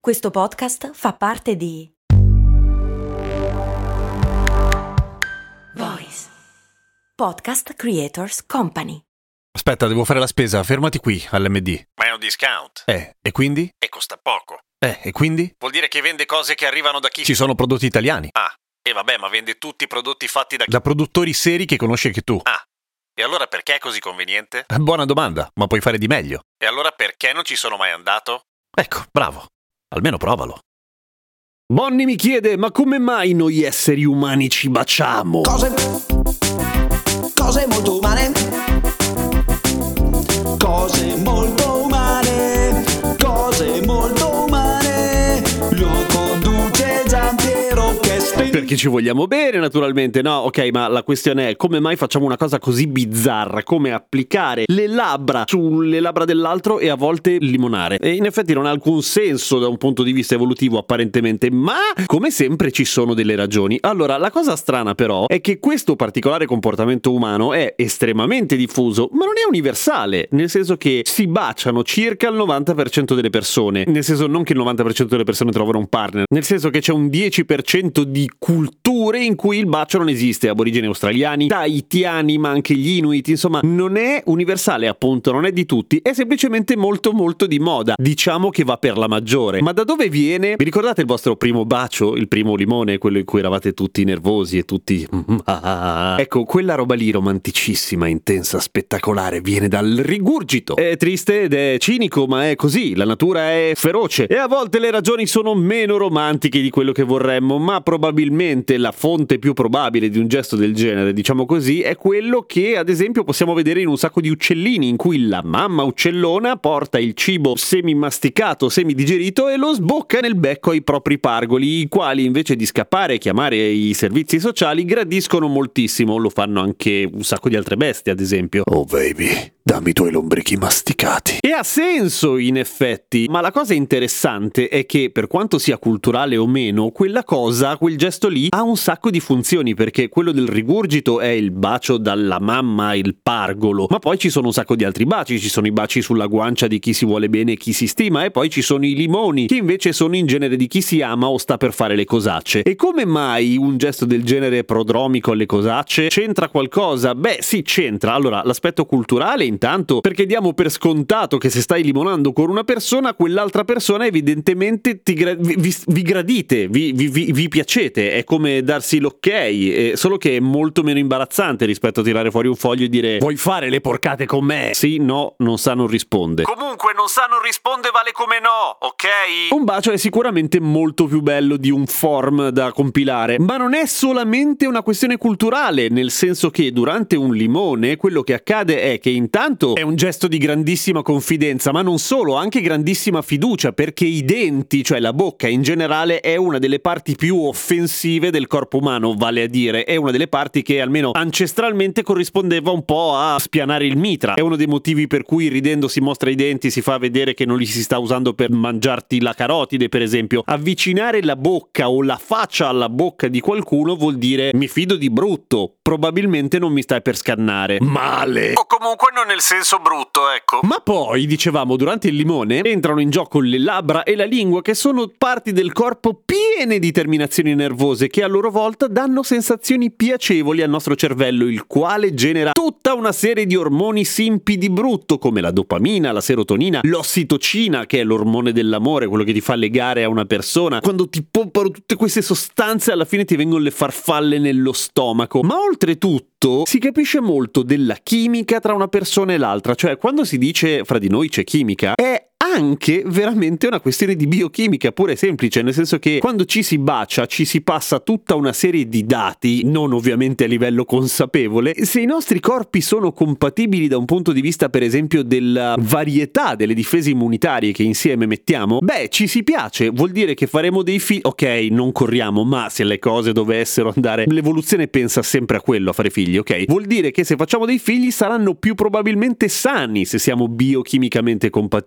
Questo podcast fa parte di Voice Podcast Creators Company. Aspetta, devo fare la spesa, fermati qui all'MD. Ma è un discount. E quindi? E costa poco. E quindi? Vuol dire che vende cose che arrivano da chi? Ci sono prodotti italiani. Ah, e vabbè, ma vende tutti i prodotti fatti da chi? Da produttori seri che conosci anche tu. Ah, e allora perché è così conveniente? Buona domanda, ma puoi fare di meglio. E allora perché non ci sono mai andato? Ecco, bravo. Almeno provalo. Bonnie mi chiede, ma come mai noi esseri umani ci baciamo? Cose molto umane. Cose molto umane. Cose molto umane. Lo conduce Giampiero che Perché ci vogliamo bene, naturalmente, no? Ok, ma la questione è come mai facciamo una cosa così bizzarra come applicare le labbra sulle labbra dell'altro e a volte limonare. E in effetti non ha alcun senso da un punto di vista evolutivo apparentemente, ma come sempre ci sono delle ragioni. Allora, la cosa strana però è che questo particolare comportamento umano è estremamente diffuso, ma non è universale, nel senso che si baciano circa il 90% delle persone, nel senso non che il 90% delle persone trovano un partner, nel senso che c'è un 10% di culture in cui il bacio non esiste, aborigeni australiani, tahitiani, ma anche gli inuit, insomma non è universale, appunto, non è di tutti, è semplicemente molto molto di moda, diciamo che va per la maggiore. Ma da dove viene? Vi ricordate il vostro primo bacio, il primo limone, quello in cui eravate tutti nervosi e tutti ecco, quella roba lì romanticissima, intensa, spettacolare, viene dal rigurgito. È triste ed è cinico, ma è così, la natura è feroce e a volte le ragioni sono meno romantiche di quello che vorremmo, ma probabilmente la fonte più probabile di un gesto del genere, diciamo così, è quello che ad esempio possiamo vedere in un sacco di uccellini, in cui la mamma uccellona porta il cibo semi-masticato, semi-digerito e lo sbocca nel becco ai propri pargoli, i quali invece di scappare e chiamare i servizi sociali gradiscono moltissimo. Lo fanno anche un sacco di altre bestie, ad esempio. Oh baby, dammi i tuoi lombrichi masticati. E ha senso in effetti, ma la cosa interessante è che per quanto sia culturale o meno, quella cosa, quel gesto lì ha un sacco di funzioni, perché quello del rigurgito è il bacio dalla mamma, il pargolo, ma poi ci sono un sacco di altri baci, ci sono i baci sulla guancia di chi si vuole bene e chi si stima, e poi ci sono i limoni, che invece sono in genere di chi si ama o sta per fare le cosacce. E come mai un gesto del genere è prodromico alle cosacce? C'entra qualcosa? Beh sì, c'entra. Allora, l'aspetto culturale intanto, perché diamo per scontato che se stai limonando con una persona, quell'altra persona evidentemente vi gradite, vi piacete, è come darsi l'ok, solo che è molto meno imbarazzante rispetto a tirare fuori un foglio e dire vuoi fare le porcate con me? Sì, no, non sa, non risponde. Comunque non sa, non risponde, vale come no, ok? Un bacio è sicuramente molto più bello di un form da compilare, ma non è solamente una questione culturale, nel senso che durante un limone quello che accade è che intanto è un gesto di grandissima confidenza, ma non solo, anche grandissima fiducia, perché i denti, cioè la bocca in generale, è una delle parti più offensive del corpo umano, vale a dire è una delle parti che almeno ancestralmente corrispondeva un po' a spianare il mitra. È uno dei motivi per cui ridendo si mostra i denti, si fa vedere che non li si sta usando per mangiarti la carotide, per esempio. Avvicinare la bocca o la faccia alla bocca di qualcuno vuol dire mi fido di brutto, probabilmente non mi stai per scannare. Male! O comunque non nel senso brutto, ecco. Ma poi, dicevamo, durante il limone entrano in gioco le labbra e la lingua, che sono parti del corpo piene di terminazioni nervose che a loro volta danno sensazioni piacevoli al nostro cervello, il quale genera tutta una serie di ormoni simpi di brutto, come la dopamina, la serotonina, l'ossitocina, che è l'ormone dell'amore, quello che ti fa legare a una persona. Quando ti pompano tutte queste sostanze, alla fine ti vengono le farfalle nello stomaco. Ma oltretutto si capisce molto della chimica tra una persona e l'altra, cioè quando si dice fra di noi c'è chimica, è anche veramente una questione di biochimica pura e semplice, nel senso che quando ci si bacia ci si passa tutta una serie di dati, non ovviamente a livello consapevole. Se i nostri corpi sono compatibili da un punto di vista, per esempio, della varietà delle difese immunitarie che insieme mettiamo, beh, ci si piace, vuol dire che faremo dei figli. Ok, non corriamo, ma se le cose dovessero andare, l'evoluzione pensa sempre a quello, a fare figli, ok? Vuol dire che se facciamo dei figli saranno più probabilmente sani se siamo biochimicamente compatibili.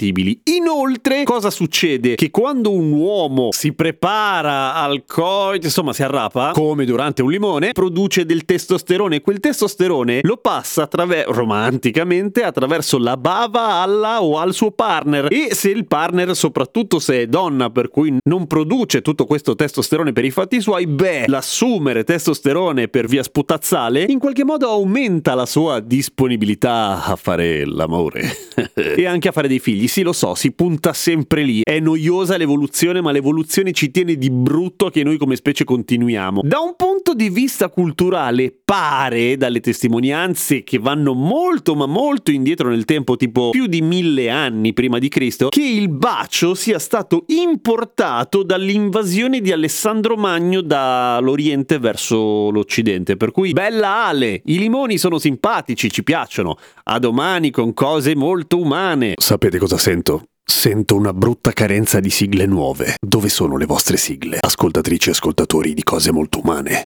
Inoltre, cosa succede? Che quando un uomo si prepara al coito, insomma si arrapa, come durante un limone, produce del testosterone. Quel testosterone lo passa romanticamente attraverso la bava alla o al suo partner. E se il partner, soprattutto se è donna, per cui non produce tutto questo testosterone per i fatti suoi, l'assumere testosterone per via sputazzale in qualche modo aumenta la sua disponibilità a fare l'amore e anche a fare dei figli. Sì, lo so, si punta sempre lì. È noiosa l'evoluzione, ma l'evoluzione ci tiene di brutto che noi come specie continuiamo. Da un punto di vista culturale pare, dalle testimonianze che vanno molto ma molto indietro nel tempo, tipo più di 1000 anni prima di Cristo, che il bacio sia stato importato dall'invasione di Alessandro Magno dall'Oriente verso l'Occidente. Per cui bella Ale, i limoni sono simpatici, ci piacciono. A domani con cose molto umane. Sapete cosa sento? Sento una brutta carenza di sigle nuove. Dove sono le vostre sigle? Ascoltatrici e ascoltatori di Cose Molto Umane.